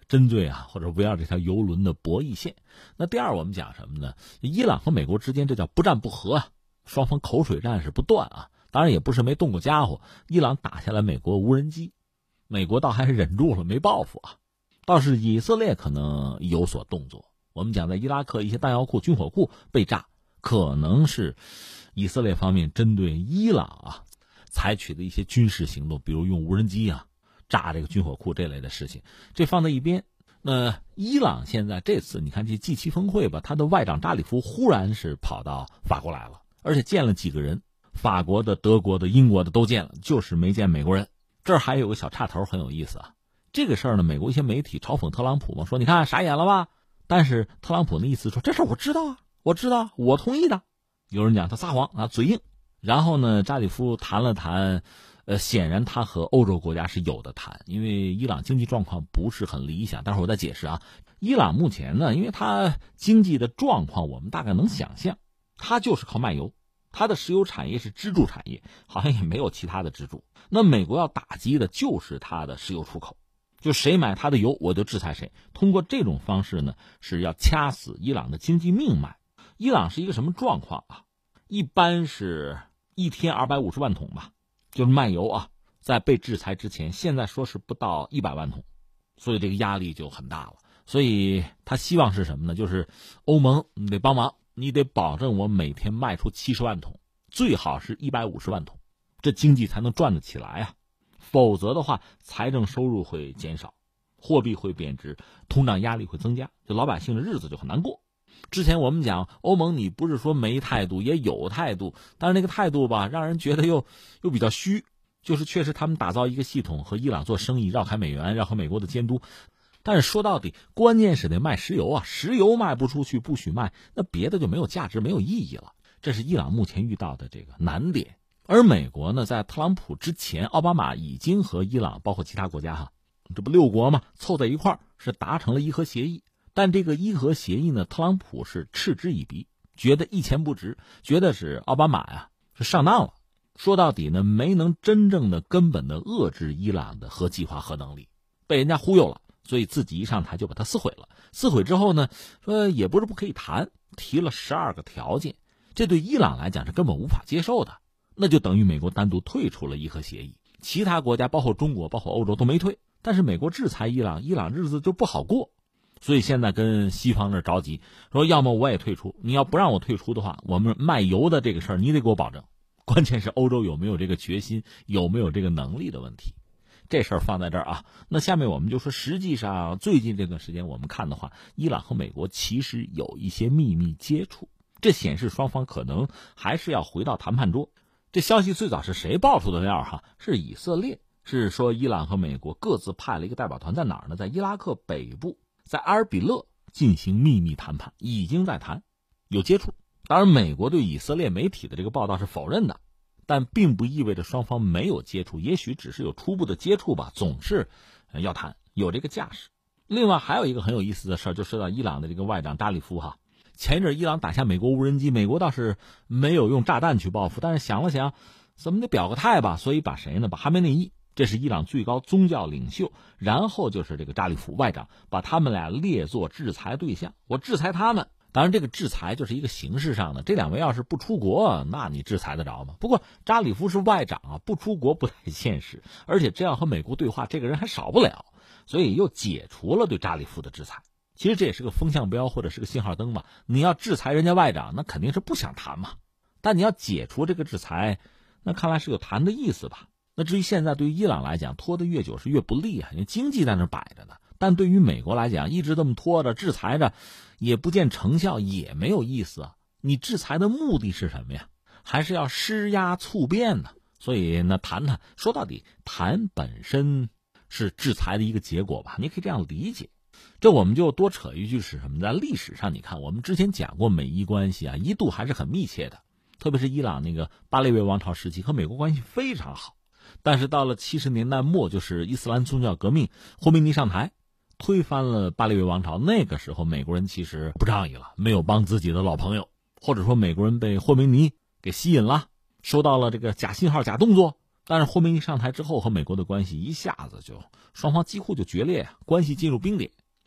Speaker 3: 针对啊或者围绕这条油轮的博弈线。那第二我们讲什么呢？伊朗和美国之间这叫不战不和啊，双方口水战是不断啊。当然也不是没动过家伙，伊朗打下来美国无人机，美国倒还是忍住了没报复啊。倒是以色列可能有所动作，我们讲在伊拉克一些弹药库、军火库被炸，可能是以色列方面针对伊朗啊采取的一些军事行动，比如用无人机啊炸这个军火库这类的事情，这放在一边。那伊朗现在这次你看这 G 七 峰会吧，他的外长扎里夫忽然是跑到法国来了，而且见了几个人，法国的、德国的、英国的都见了，就是没见美国人。这儿还有个小插头很有意思啊，这个事儿呢，美国一些媒体嘲讽特朗普嘛，说你看傻眼了吧？但是特朗普的意思说这事儿我知道啊，我知道，我同意的。有人讲他撒谎啊，嘴硬。然后呢，扎里夫谈了谈，呃，显然他和欧洲国家是有的谈，因为伊朗经济状况不是很理想。待会儿我再解释啊。伊朗目前呢，因为它经济的状况我们大概能想象，它就是靠卖油，它的石油产业是支柱产业，好像也没有其他的支柱。那美国要打击的就是它的石油出口，就谁买它的油我就制裁谁。通过这种方式呢，是要掐死伊朗的经济命脉。伊朗是一个什么状况啊？一般是一天二百五十万桶吧，就是卖油啊，在被制裁之前，现在说是不到一百万桶，所以这个压力就很大了。所以他希望是什么呢？就是欧盟你得帮忙，你得保证我每天卖出七十万桶，最好是一百五十万桶，这经济才能转得起来啊。否则的话，财政收入会减少，货币会贬值，通胀压力会增加，就老百姓的日子就很难过。之前我们讲欧盟，你不是说没态度，也有态度，但是那个态度吧，让人觉得又又比较虚。就是确实他们打造一个系统和伊朗做生意，绕开美元，绕开美国的监督。但是说到底，关键是得卖石油啊，石油卖不出去，不许卖，那别的就没有价值，没有意义了。这是伊朗目前遇到的这个难点。而美国呢，在特朗普之前，奥巴马已经和伊朗包括其他国家哈，这不六国嘛，凑在一块儿是达成了伊核协议。但这个伊核协议呢，特朗普是嗤之以鼻，觉得一钱不值，觉得是奥巴马呀是上当了。说到底呢，没能真正的根本的遏制伊朗的核计划、核能力，被人家忽悠了，所以自己一上台就把它撕毁了。撕毁之后呢，说也不是不可以谈，提了十二个条件，这对伊朗来讲是根本无法接受的。那就等于美国单独退出了伊核协议，其他国家包括中国、包括欧洲都没退，但是美国制裁伊朗，伊朗日子就不好过。所以现在跟西方那着急，说要么我也退出，你要不让我退出的话，我们卖油的这个事儿你得给我保证。关键是欧洲有没有这个决心，有没有这个能力的问题。这事儿放在这儿啊，那下面我们就说，实际上最近这段时间我们看的话，伊朗和美国其实有一些秘密接触，这显示双方可能还是要回到谈判桌。这消息最早是谁爆出的料哈？是以色列，是说伊朗和美国各自派了一个代表团，在哪儿呢？在伊拉克北部，在阿尔比勒进行秘密谈判，已经在谈，有接触。当然美国对以色列媒体的这个报道是否认的，但并不意味着双方没有接触，也许只是有初步的接触吧，总是要谈，有这个架势。另外还有一个很有意思的事儿，就说到伊朗的这个外长扎里夫哈，前一阵伊朗打下美国无人机，美国倒是没有用炸弹去报复，但是想了想怎么得表个态吧，所以把谁呢？把哈梅内伊，这是伊朗最高宗教领袖，然后就是这个扎里夫外长，把他们俩列作制裁对象，我制裁他们。当然这个制裁就是一个形式上的，这两位要是不出国，那你制裁得着吗？不过扎里夫是外长啊，不出国不太现实，而且这样和美国对话，这个人还少不了，所以又解除了对扎里夫的制裁。其实这也是个风向标或者是个信号灯嘛，你要制裁人家外长，那肯定是不想谈嘛，但你要解除这个制裁，那看来是有谈的意思吧。那至于现在对于伊朗来讲，拖得越久是越不利啊，因为经济在那摆着呢。但对于美国来讲，一直这么拖着制裁着，也不见成效，也没有意思啊。你制裁的目的是什么呀？还是要施压促变呢？所以呢，谈谈，说到底，谈本身是制裁的一个结果吧，你可以这样理解。这我们就多扯一句是什么？在历史上，你看我们之前讲过美伊关系啊，一度还是很密切的，特别是伊朗那个巴列维王朝时期和美国关系非常好。但是到了七十年代末，就是伊斯兰宗教革命，霍梅尼上台，推翻了巴列维王朝，那个时候美国人其实不仗义了，没有帮自己的老朋友，或者说美国人被霍梅尼给吸引了，收到了这个假信号、假动作。但是霍梅尼上台之后，和美国的关系一下子就双方几乎就决裂，关系进入冰点。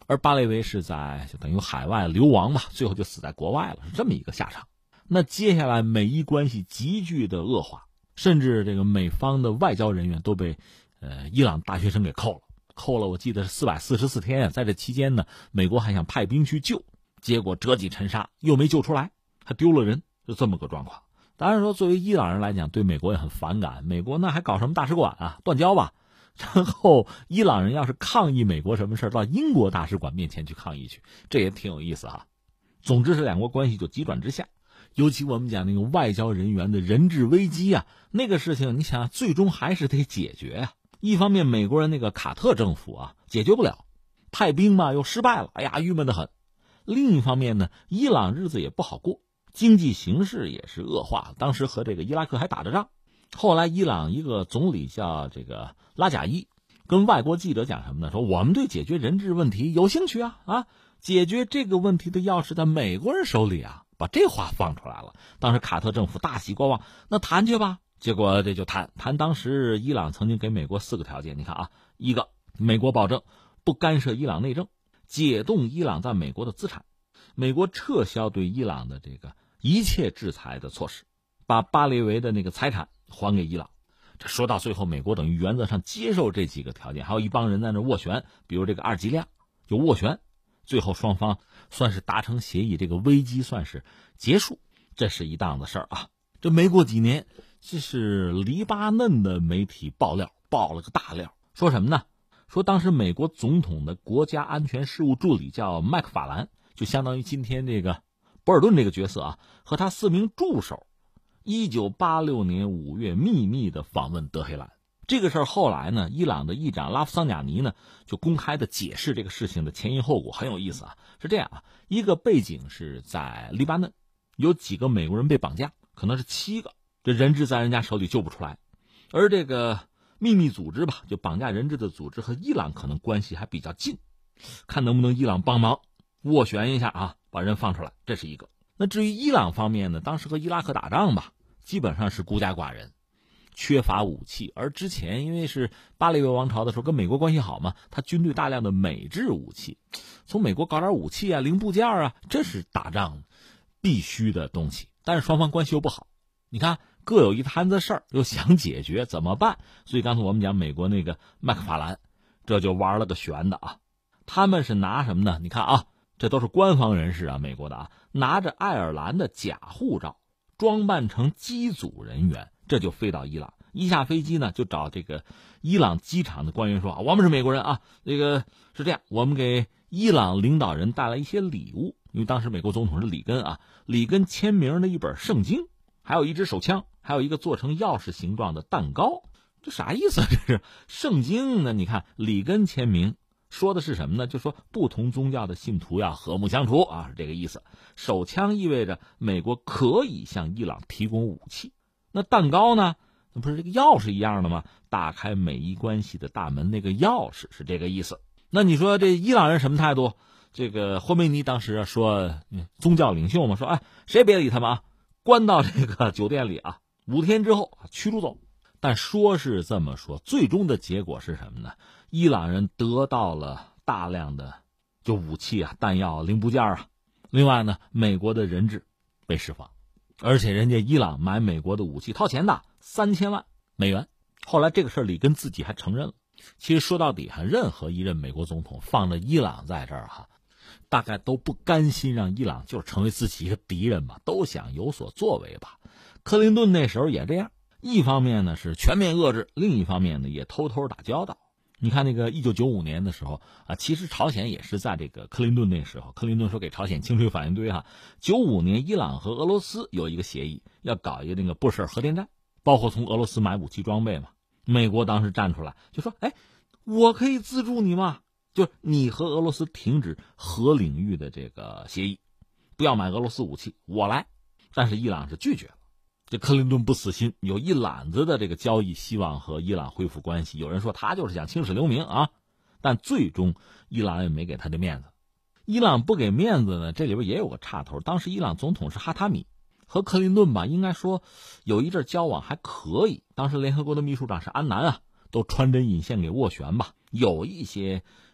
Speaker 3: 而巴列维是在就等于海外流亡吧，最后就死在国外了，是这么一个下场。那接下来美伊关系急剧的恶化，甚至这个美方的外交人员都被呃伊朗大学生给扣了，扣了我记得是四百四十四天啊。在这期间呢，美国还想派兵去救，结果折戟沉沙，又没救出来，还丢了人，就这么个状况。当然说，作为伊朗人来讲，对美国也很反感。美国那还搞什么大使馆啊，断交吧。然后伊朗人要是抗议美国什么事到英国大使馆面前去抗议去，这也挺有意思哈。总之是两国关系就急转直下。尤其我们讲那个外交人员的人质危机啊，那个事情你想最终还是得解决啊。一方面美国人那个卡特政府啊解决不了，派兵嘛又失败了，哎呀郁闷得很。另一方面呢，伊朗日子也不好过，经济形势也是恶化，当时和这个伊拉克还打着仗。后来伊朗一个总理叫这个拉贾伊，跟外国记者讲什么呢？说我们对解决人质问题有兴趣啊啊，解决这个问题的钥匙在美国人手里啊，把这话放出来了。当时卡特政府大喜过望，那谈去吧。结果这就谈谈，当时伊朗曾经给美国四个条件，你看啊，一个美国保证不干涉伊朗内政，解冻伊朗在美国的资产，美国撤销对伊朗的这个一切制裁的措施，把巴列维的那个财产还给伊朗。这说到最后，美国等于原则上接受这几个条件，还有一帮人在那斡旋，比如这个阿尔及利亚就斡旋，最后双方算是达成协议，这个危机算是结束。这是一档子事儿啊。这没过几年，这是黎巴嫩的媒体爆料，爆了个大料，说什么呢？说当时美国总统的国家安全事务助理叫麦克法兰，就相当于今天这个博尔顿这个角色啊，和他四名助手一九八六年五月秘密的访问德黑兰。这个事儿后来呢，伊朗的议长拉夫桑贾尼呢就公开的解释这个事情的前因后果，很有意思啊。是这样啊，一个背景是在黎巴嫩，有几个美国人被绑架，可能是七个，这人质在人家手里救不出来，而这个秘密组织吧，就绑架人质的组织和伊朗可能关系还比较近，看能不能伊朗帮忙斡旋一下啊，把人放出来，这是一个。那至于伊朗方面呢，当时和伊拉克打仗吧，基本上是孤家寡人，缺乏武器。而之前因为是巴列维王朝的时候跟美国关系好嘛，他军队大量的美制武器，从美国搞点武器啊零部件啊，这是打仗必须的东西。但是双方关系又不好，你看各有一摊子事儿，又想解决怎么办？所以刚才我们讲美国那个麦克法兰这就玩了个悬的啊。他们是拿什么呢？你看啊，这都是官方人士啊，美国的啊，拿着爱尔兰的假护照，装扮成机组人员，这就飞到伊朗。一下飞机呢，就找这个伊朗机场的官员说，我们是美国人啊，这个是这样，我们给伊朗领导人带来一些礼物，因为当时美国总统是里根啊，里根签名的一本圣经，还有一支手枪，还有一个做成钥匙形状的蛋糕。这啥意思？这是圣经呢？你看里根签名说的是什么呢？就说不同宗教的信徒要和睦相处啊，是这个意思。手枪意味着美国可以向伊朗提供武器。那蛋糕呢？那不是这个钥匙一样的吗？打开美伊关系的大门，那个钥匙是这个意思。那你说这伊朗人什么态度？这个霍梅尼当时说，宗教领袖嘛，说哎，谁别理他们啊，关到这个酒店里啊，五天之后驱逐走。但说是这么说，最终的结果是什么呢？伊朗人得到了大量的就武器啊、弹药、零部件啊。另外呢，美国的人质被释放，而且人家伊朗买美国的武器掏钱的三千万美元。后来这个事儿里根自己还承认了。其实说到底哈，任何一任美国总统放着伊朗在这儿哈，大概都不甘心让伊朗就是成为自己一个敌人吧，都想有所作为吧。克林顿那时候也这样，一方面呢是全面遏制，另一方面呢也偷偷打交道。你看那个一九九五年的时候啊，其实朝鲜也是在这个克林顿那时候，克林顿说给朝鲜清除反应堆哈。九五年伊朗和俄罗斯有一个协议，要搞一个那个布什尔核电站，包括从俄罗斯买武器装备嘛。美国当时站出来就说，哎，我可以资助你嘛，就是你和俄罗斯停止核领域的这个协议，不要买俄罗斯武器，我来。但是伊朗是拒绝了。这克林顿不死心，有一揽子的这个交易，希望和伊朗恢复关系。有人说他就是想青史留名啊，但最终伊朗也没给他这面子。伊朗不给面子呢，这里边也有个岔头。当时伊朗总统是哈塔米，和克林顿吧，应该说有一阵交往还可以。当时联合国的秘书长是安南啊，都穿针引线给斡旋吧，有一些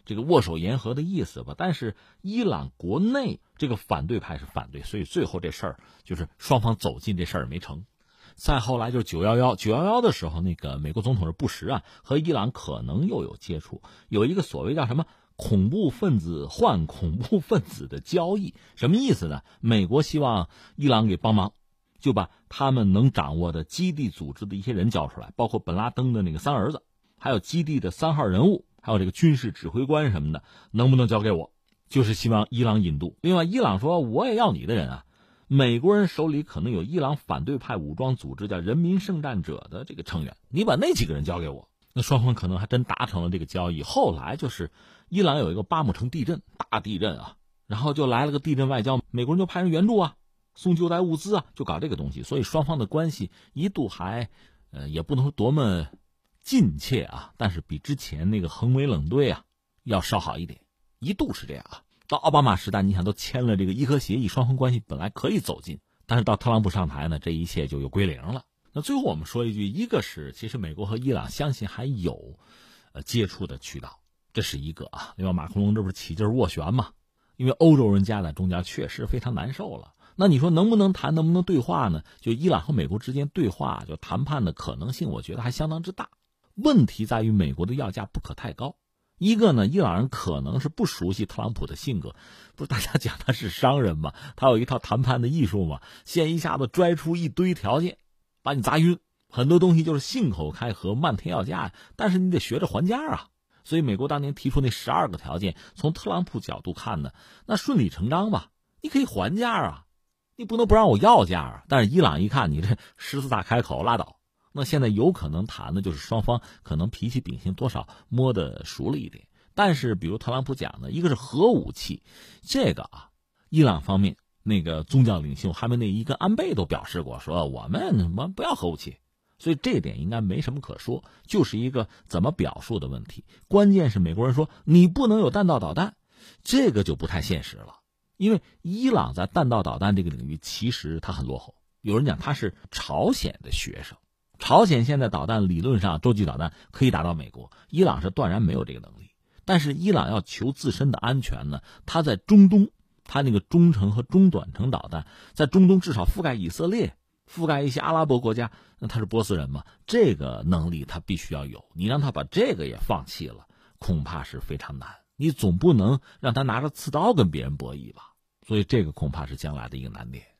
Speaker 3: 这个握手言和的意思吧。但是伊朗国内这个反对派是反对，所以最后这事儿就是双方走近这事儿没成。再后来就是九一一，九一一的时候，那个美国总统是布什啊，和伊朗可能又有接触，有一个所谓叫什么恐怖分子换恐怖分子的交易，什么意思呢？美国希望伊朗给帮忙，就把他们能掌握的基地组织的一些人交出来，包括本拉登的那个三儿子，还有基地的三号人物，还有这个军事指挥官什么的，能不能交给我？就是希望伊朗引渡。另外，伊朗说我也要你的人啊。美国人手里可能有伊朗反对派武装组织叫人民圣战者的这个成员，你把那几个人交给我，那双方可能还真达成了这个交易。后来就是伊朗有一个巴姆城地震，大地震啊，然后就来了个地震外交，美国人就派人援助啊，送救灾物资啊，就搞这个东西。所以双方的关系一度还呃也不能说多么近切啊，但是比之前那个横眉冷对啊要稍好一点，一度是这样啊。到奥巴马时代，你想都签了这个伊核协议，双方关系本来可以走近，但是到特朗普上台呢，这一切就又归零了。那最后我们说一句，一个是其实美国和伊朗相信还有呃接触的渠道，这是一个啊。另外马克龙这不是起劲斡旋嘛，因为欧洲人夹在中间确实非常难受了。那你说能不能谈，能不能对话呢？就伊朗和美国之间对话就谈判的可能性，我觉得还相当之大。问题在于美国的要价不可太高。一个呢，伊朗人可能是不熟悉特朗普的性格，不是大家讲他是商人嘛，他有一套谈判的艺术嘛，先一下子拽出一堆条件，把你砸晕。很多东西就是信口开河，漫天要价，但是你得学着还价啊。所以美国当年提出那十二个条件，从特朗普角度看呢，那顺理成章吧，你可以还价啊，你不能不让我要价啊。但是伊朗一看你这狮子大开口，拉倒。那现在有可能谈的就是双方可能脾气秉性多少摸得熟了一点，但是比如特朗普讲的，一个是核武器，这个啊，伊朗方面那个宗教领袖哈梅内伊跟安倍都表示过，说我们什么不要核武器，所以这点应该没什么可说，就是一个怎么表述的问题。关键是美国人说你不能有弹道导弹，这个就不太现实了，因为伊朗在弹道导弹这个领域其实它很落后，有人讲它是朝鲜的学生。朝鲜现在导弹理论上洲际导弹可以打到美国，伊朗是断然没有这个能力。但是伊朗要求自身的安全呢，它在中东，它那个中程和中短程导弹在中东至少覆盖以色列，覆盖一些阿拉伯国家，那他是波斯人嘛，这个能力他必须要有。你让他把这个也放弃了，恐怕是非常难。你总不能让他拿着刺刀跟别人博弈吧？所以这个恐怕是将来的一个难点。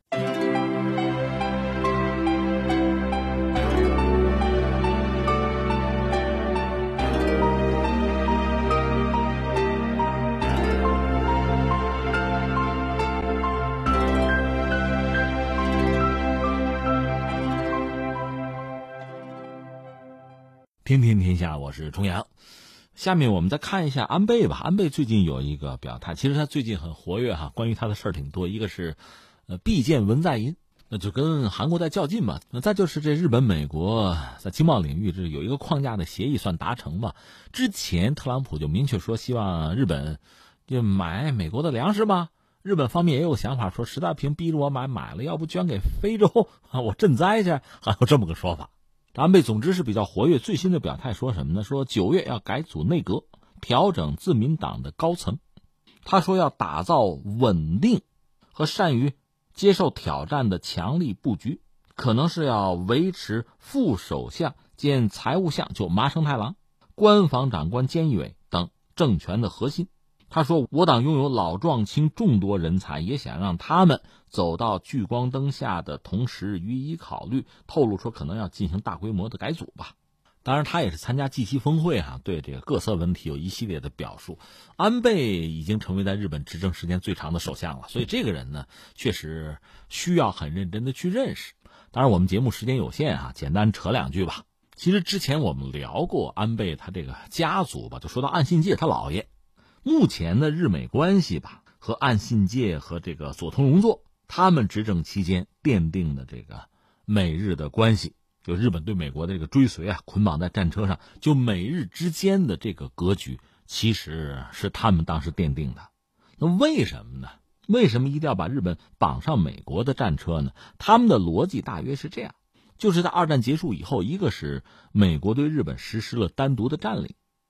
Speaker 3: 天天天下，我是重阳。下面我们再看一下安倍吧。安倍最近有一个表态，其实他最近很活跃哈，关于他的事儿挺多。一个是，呃，必见文在寅，那就跟韩国在较劲嘛。那再就是这日本、美国在经贸领域这有一个框架的协议算达成吧。之前特朗普就明确说希望日本就买美国的粮食嘛。日本方面也有想法说，石大平逼着我买，买了要不捐给非洲啊，我赈灾去，还有这么个说法。安倍总之是比较活跃，最新的表态说什么呢？说九月要改组内阁，调整自民党的高层。他说要打造稳定和善于接受挑战的强力布局，可能是要维持副首相兼财务相就麻生太郎、官房长官菅义伟等政权的核心。他说我党拥有老壮青众多人才，也想让他们走到聚光灯下的同时予以考虑，透露说可能要进行大规模的改组吧。当然他也是参加 G 七 峰会啊，对这个各色问题有一系列的表述。安倍已经成为在日本执政时间最长的首相了，所以这个人呢确实需要很认真的去认识。当然我们节目时间有限啊，简单扯两句吧。其实之前我们聊过安倍他这个家族吧，就说到岸信介他姥爷。目前的日美关系吧，和岸信介和这个佐藤荣作他们执政期间奠定的这个美日的关系，就日本对美国的这个追随啊，捆绑在战车上，就美日之间的这个格局其实是他们当时奠定的。那为什么呢？为什么一定要把日本绑上美国的战车呢？他们的逻辑大约是这样，就是在二战结束以后，一个是美国对日本实施了单独的占领，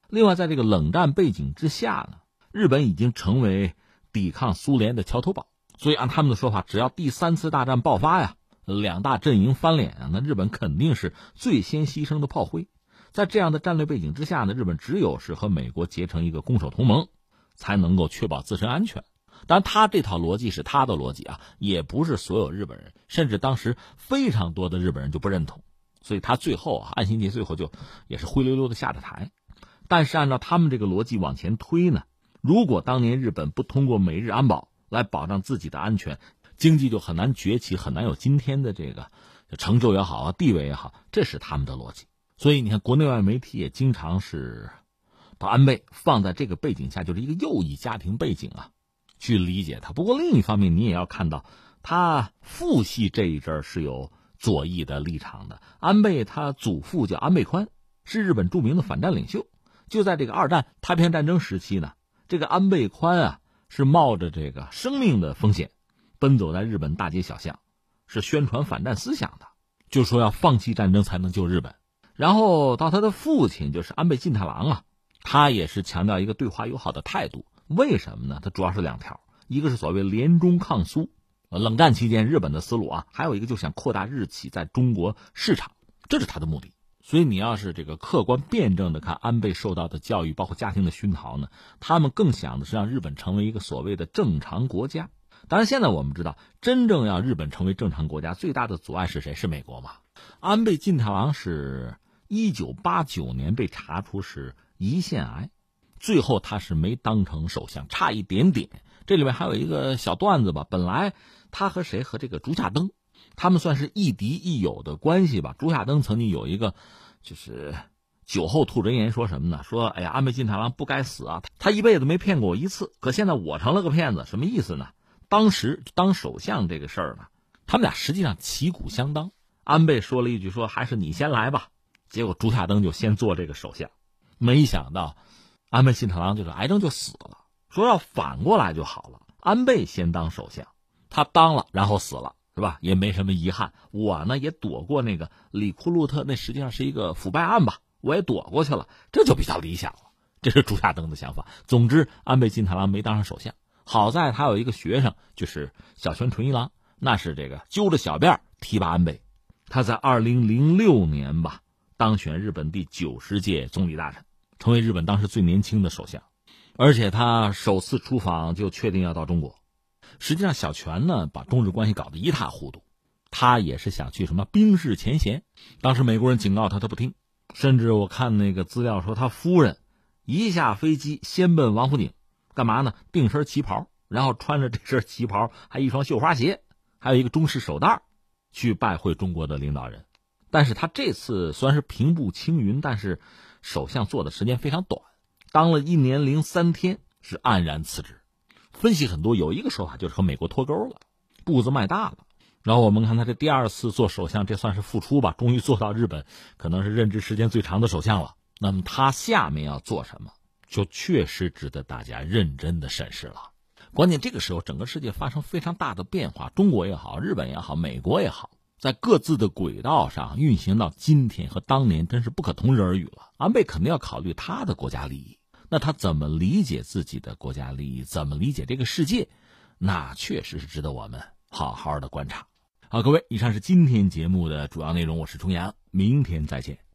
Speaker 3: 另外，在这个冷战背景之下呢，日本已经成为抵抗苏联的桥头堡。所以按他们的说法，只要第三次大战爆发呀，两大阵营翻脸啊，那日本肯定是最先牺牲的炮灰。在这样的战略背景之下呢，日本只有是和美国结成一个攻守同盟，才能够确保自身安全。当然，他这套逻辑是他的逻辑啊，也不是所有日本人，甚至当时非常多的日本人就不认同。所以他最后啊，岸信介最后就也是灰溜溜的下了台。但是按照他们这个逻辑往前推呢，如果当年日本不通过美日安保来保障自己的安全，经济就很难崛起，很难有今天的这个成就也好啊，地位也好，这是他们的逻辑。所以你看，国内外媒体也经常是把安倍放在这个背景下，就是一个右翼家庭背景啊，去理解他。不过另一方面，你也要看到，他父系这一阵是有左翼的立场的。安倍他祖父叫安倍宽，是日本著名的反战领袖。就在这个二战太平洋战争时期呢，这个安倍宽啊是冒着这个生命的风险，奔走在日本大街小巷，是宣传反战思想的，就说要放弃战争才能救日本。然后到他的父亲就是安倍晋太郎啊，他也是强调一个对华友好的态度。为什么呢？他主要是两条，一个是所谓联中抗苏，冷战期间日本的思路啊，还有一个就想扩大日企在中国市场，这是他的目的。所以你要是这个客观辩证的看安倍受到的教育，包括家庭的熏陶呢，他们更想的是让日本成为一个所谓的正常国家。当然现在我们知道，真正要日本成为正常国家，最大的阻碍是谁？是美国嘛。安倍晋太郎是一九八九年被查出是胰腺癌，最后他是没当成首相，差一点点。这里面还有一个小段子吧，本来他和谁和这个竹下登，他们算是亦敌亦友的关系吧。竹下登曾经有一个就是酒后吐真言，说什么呢？说哎呀，安倍晋太郎不该死啊，他一辈子没骗过我一次，可现在我成了个骗子，什么意思呢？当时当首相这个事儿呢，他们俩实际上旗鼓相当。安倍说了一句说还是你先来吧，结果竹下登就先做这个首相，没想到安倍晋太郎就是癌症就死了，说要反过来就好了，安倍先当首相，他当了然后死了，是吧？也没什么遗憾。我呢也躲过那个里库路特，那实际上是一个腐败案吧，我也躲过去了，这就比较理想了。这是竹下登的想法。总之，安倍晋太郎没当上首相，好在他有一个学生，就是小泉纯一郎，那是这个揪着小辫提拔安倍。他在二零零六年吧当选日本第九十届总理大臣，成为日本当时最年轻的首相，而且他首次出访就确定要到中国。实际上小泉呢把中日关系搞得一塌糊涂，他也是想去什么冰释前嫌，当时美国人警告他他不听，甚至我看那个资料说他夫人一下飞机先奔王府井，干嘛呢？订身旗袍，然后穿着这身旗袍还一双绣花鞋，还有一个中式手袋去拜会中国的领导人。但是他这次虽然是平步青云，但是首相做的时间非常短，当了一年零三天是黯然辞职。分析很多，有一个说法就是和美国脱钩了，步子迈大了。然后我们看他这第二次做首相，这算是复出吧，终于做到日本可能是任职时间最长的首相了。那么他下面要做什么，就确实值得大家认真的审视了。关键这个时候整个世界发生非常大的变化，中国也好，日本也好，美国也好，在各自的轨道上运行到今天和当年真是不可同日而语了。安倍肯定要考虑他的国家利益，那他怎么理解自己的国家利益，怎么理解这个世界，那确实是值得我们好好的观察。好，各位，以上是今天节目的主要内容，我是重阳，明天再见。